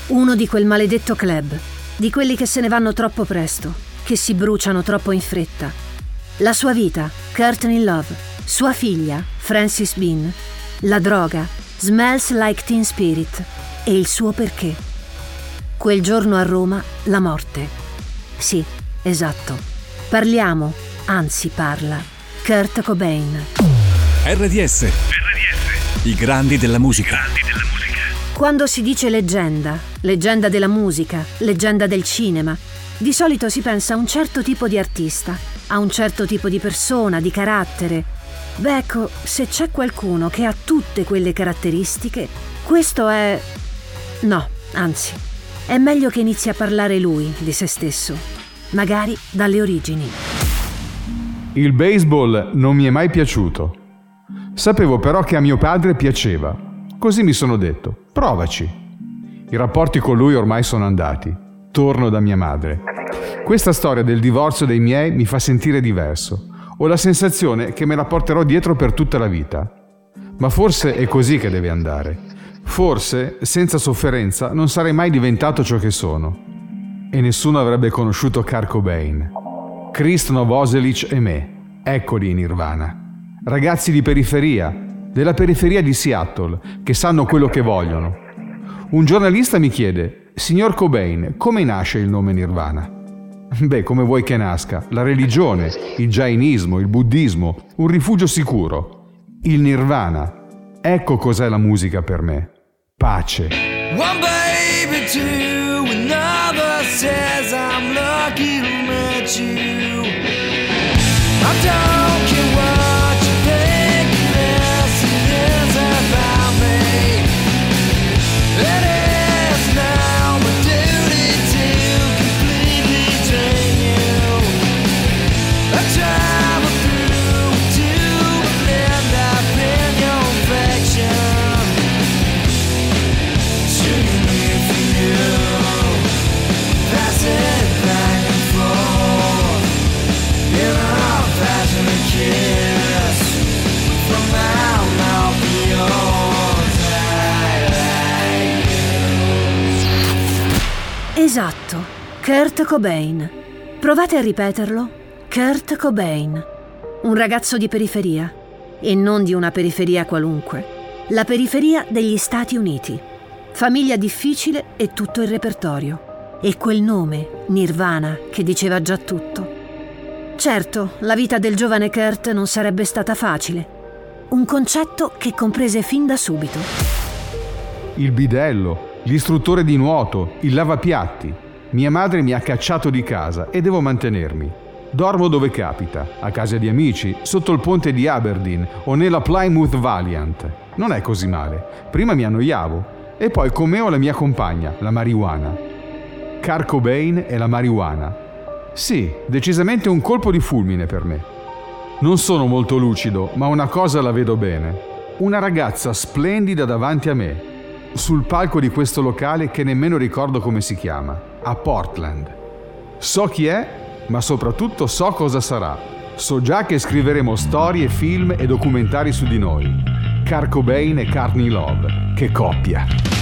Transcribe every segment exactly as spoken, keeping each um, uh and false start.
Uno di quel maledetto club, di quelli che se ne vanno troppo presto, che si bruciano troppo in fretta. La sua vita, Courtney Love, sua figlia, Frances Bean, la droga, Smells Like Teen Spirit, e il suo perché. Quel giorno a Roma, la morte. Sì, esatto. Parliamo, anzi parla, Kurt Cobain. R D S. R D S. I grandi della musica. Grandi della musica. Quando si dice leggenda, leggenda della musica, leggenda del cinema, di solito si pensa a un certo tipo di artista, a un certo tipo di persona, di carattere. Beh, ecco, se c'è qualcuno che ha tutte quelle caratteristiche, questo è... No, anzi, è meglio che inizi a parlare lui di se stesso, magari dalle origini. Il baseball non mi è mai piaciuto. Sapevo però che a mio padre piaceva. Così mi sono detto, provaci. I rapporti con lui ormai sono andati. Torno da mia madre. Questa storia del divorzio dei miei mi fa sentire diverso. Ho la sensazione che me la porterò dietro per tutta la vita. Ma forse è così che deve andare. Forse, senza sofferenza, non sarei mai diventato ciò che sono. E nessuno avrebbe conosciuto Kurt Cobain. Krist Novoselic e me. Eccoli in Nirvana. Ragazzi di periferia, della periferia di Seattle, che sanno quello che vogliono. Un giornalista mi chiede, signor Cobain, come nasce il nome Nirvana? Beh, come vuoi che nasca? La religione, il jainismo, il buddismo, un rifugio sicuro. Il Nirvana. Ecco cos'è la musica per me. Pace. One baby, two, another says I'm lucky to meet you. I don't care what you think, this is about me. It is now my duty to completely drain you. I travel through to end up in your affection. Shooting me for you, pass it back and forth. In a passionate kiss, from now I'll be yours. I like you. Esatto, Kurt Cobain. Provate a ripeterlo. Kurt Cobain. Un ragazzo di periferia. E non di una periferia qualunque. La periferia degli Stati Uniti. Famiglia difficile e tutto il repertorio. E quel nome, Nirvana, che diceva già tutto. Certo, la vita del giovane Kurt non sarebbe stata facile. Un concetto che comprese fin da subito. Il bidello, l'istruttore di nuoto, il lavapiatti. Mia madre mi ha cacciato di casa e devo mantenermi. Dormo dove capita, a casa di amici, sotto il ponte di Aberdeen o nella Plymouth Valiant. Non è così male. Prima mi annoiavo e poi con me ho la mia compagna, la marijuana. Kurt Cobain e la marijuana. Sì, decisamente un colpo di fulmine per me. Non sono molto lucido, ma una cosa la vedo bene. Una ragazza splendida davanti a me, sul palco di questo locale che nemmeno ricordo come si chiama, a Portland. So chi è, ma soprattutto so cosa sarà. So già che scriveremo storie, film e documentari su di noi. Kurt Cobain e Courtney Love. Che coppia!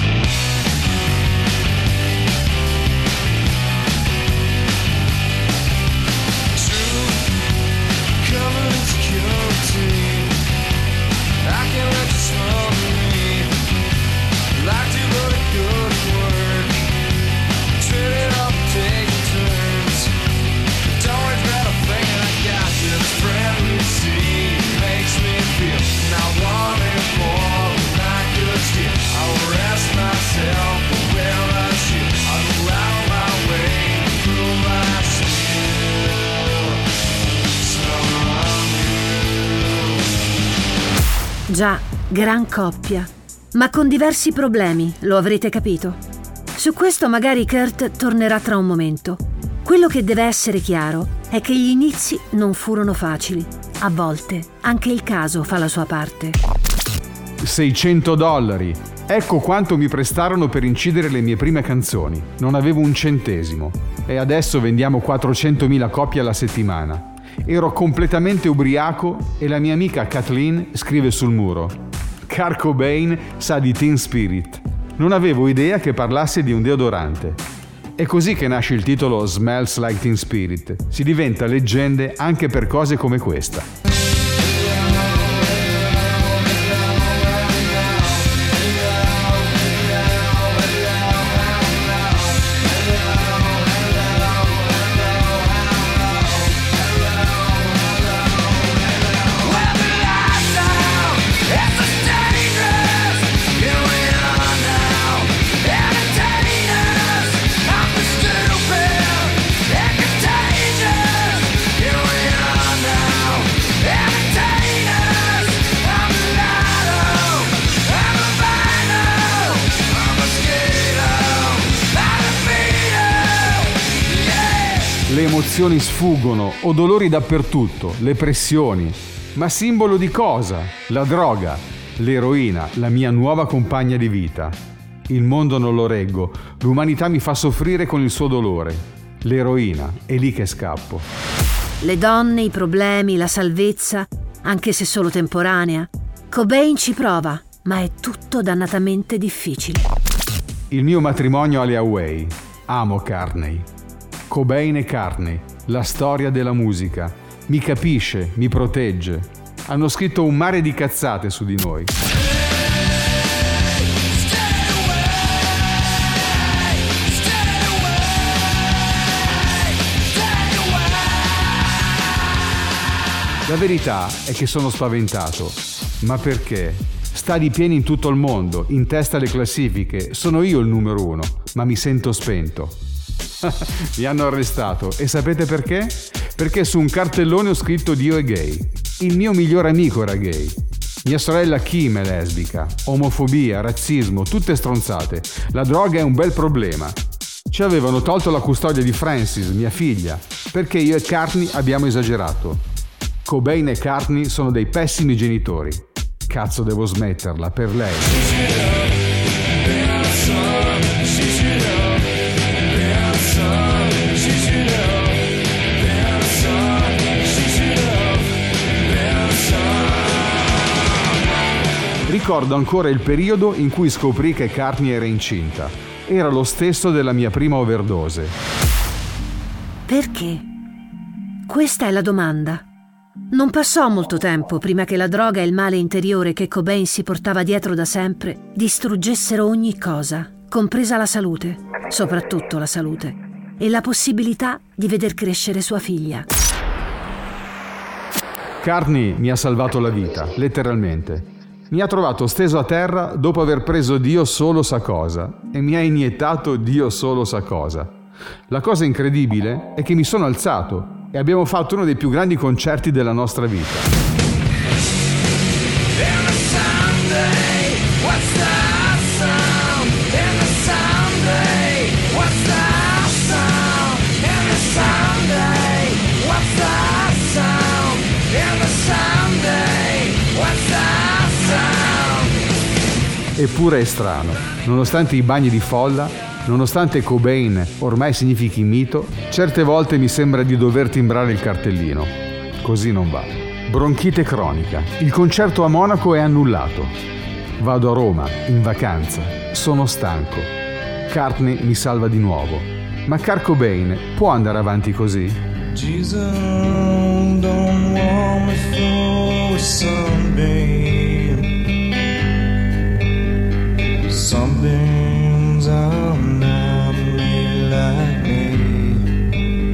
Già, gran coppia, ma con diversi problemi, lo avrete capito. Su questo magari Kurt tornerà tra un momento. Quello che deve essere chiaro è che gli inizi non furono facili. A volte anche il caso fa la sua parte. seicento dollari. Ecco quanto mi prestarono per incidere le mie prime canzoni. Non avevo un centesimo. E adesso vendiamo quattrocentomila copie alla settimana. Ero completamente ubriaco e la mia amica Kathleen scrive sul muro: Kurt Cobain sa di Teen Spirit. Non avevo idea che parlasse di un deodorante. È così che nasce il titolo Smells Like Teen Spirit. Si diventa leggende anche per cose come questa. Le emozioni sfuggono, ho dolori dappertutto, le pressioni. Ma simbolo di cosa? La droga, l'eroina, la mia nuova compagna di vita. Il mondo non lo reggo, l'umanità mi fa soffrire con il suo dolore. L'eroina, è lì che scappo. Le donne, i problemi, la salvezza, anche se solo temporanea. Cobain ci prova, ma è tutto dannatamente difficile. Il mio matrimonio alle Hawaii. Amo Cartney. Cobain e Cartney, la storia della musica. Mi capisce, mi protegge. Hanno scritto un mare di cazzate su di noi. La verità è che sono spaventato. Ma perché? Sta di pieni in tutto il mondo, in testa alle classifiche. Sono io il numero uno, ma mi sento spento. Mi hanno arrestato e sapete perché? Perché su un cartellone ho scritto Dio è gay. Il mio migliore amico era gay. Mia sorella Kim è lesbica. Omofobia, razzismo, tutte stronzate. La droga è un bel problema. Ci avevano tolto la custodia di Frances, mia figlia, perché io e Cartney abbiamo esagerato. Cobain e Cartney sono dei pessimi genitori. Cazzo, devo smetterla per lei. Ricordo ancora il periodo in cui scoprì che Cartney era incinta. Era lo stesso della mia prima overdose. Perché? Questa è la domanda. Non passò molto tempo prima che la droga e il male interiore che Cobain si portava dietro da sempre distruggessero ogni cosa, compresa la salute, soprattutto la salute, e la possibilità di veder crescere sua figlia. Cartney mi ha salvato la vita, letteralmente. Mi ha trovato steso a terra dopo aver preso Dio solo sa cosa e mi ha iniettato Dio solo sa cosa. La cosa incredibile è che mi sono alzato e abbiamo fatto uno dei più grandi concerti della nostra vita. Eppure è strano, nonostante i bagni di folla, nonostante Cobain ormai significhi mito, certe volte mi sembra di dover timbrare il cartellino. Così non va. Bronchite cronica. Il concerto a Monaco è annullato. Vado a Roma, in vacanza. Sono stanco. Cartney mi salva di nuovo. Ma Kurt Cobain può andare avanti così? Jesus, don't want me for someday. Sunbeams are not made like me.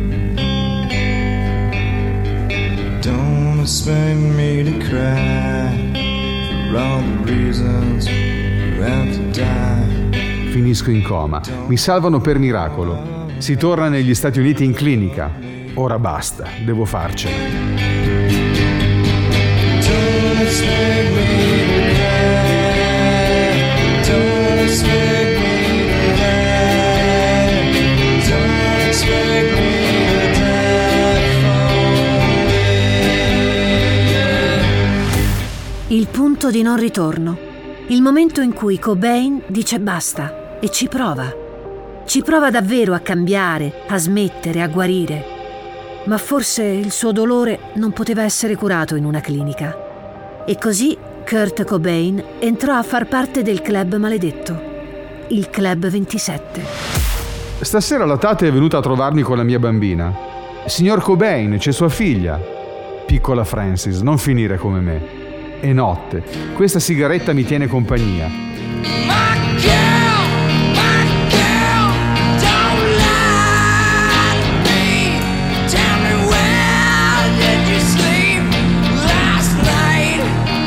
Don't expect me to cry for all the reasons you have to die. Finisco in coma. Mi salvano per miracolo. Si torna negli Stati Uniti in clinica. Ora basta, devo farcela. Don't expect me to cry. Don't expect me to die. Don't expect me to die for me. Il punto di non ritorno. Il momento in cui Cobain dice basta e ci prova. Ci prova davvero a cambiare, a smettere, a guarire. Ma forse il suo dolore non poteva essere curato in una clinica. E così Kurt Cobain entrò a far parte del club maledetto. il Club ventisette. Stasera la tata è venuta a trovarmi con la mia bambina. Signor Cobain, c'è sua figlia. Piccola Francis, non finire come me. È notte. Questa sigaretta mi tiene compagnia. My girl, my girl, don't lie to me. Tell me where did you sleep last night?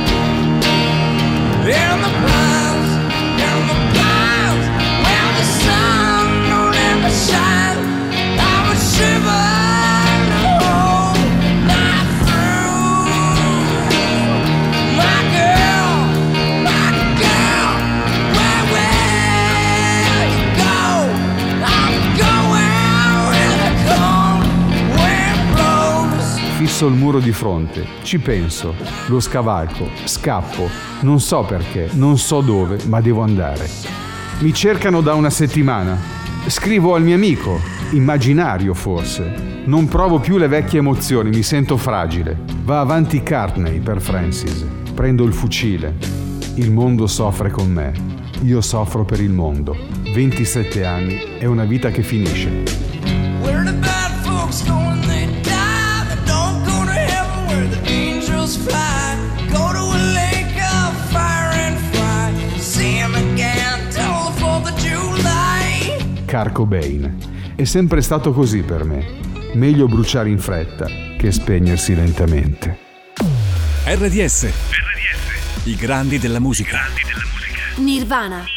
In the pines, in the pines, where the sun don't ever shine. I would shiver the whole night through. My girl, my girl, where will you go? I'm going where the cold wind blows. Fisso il muro di fronte, ci penso, lo scavalco, scappo, non so perché, non so dove, ma devo andare. Mi cercano da una settimana. Scrivo al mio amico, immaginario forse. Non provo più le vecchie emozioni, mi sento fragile. Va avanti Cartney per Francis. Prendo il fucile. Il mondo soffre con me. Io soffro per il mondo. ventisette anni è una vita che finisce. Where the bad folks go when they die? They don't go to heaven where the angels fly. Go to a lake of fire and fry. See 'em again till the fourth of July. Kurt Cobain. È sempre stato così per me. Meglio bruciare in fretta che spegnersi lentamente. R D S. R D S. I grandi della musica. Grandi della musica. Nirvana,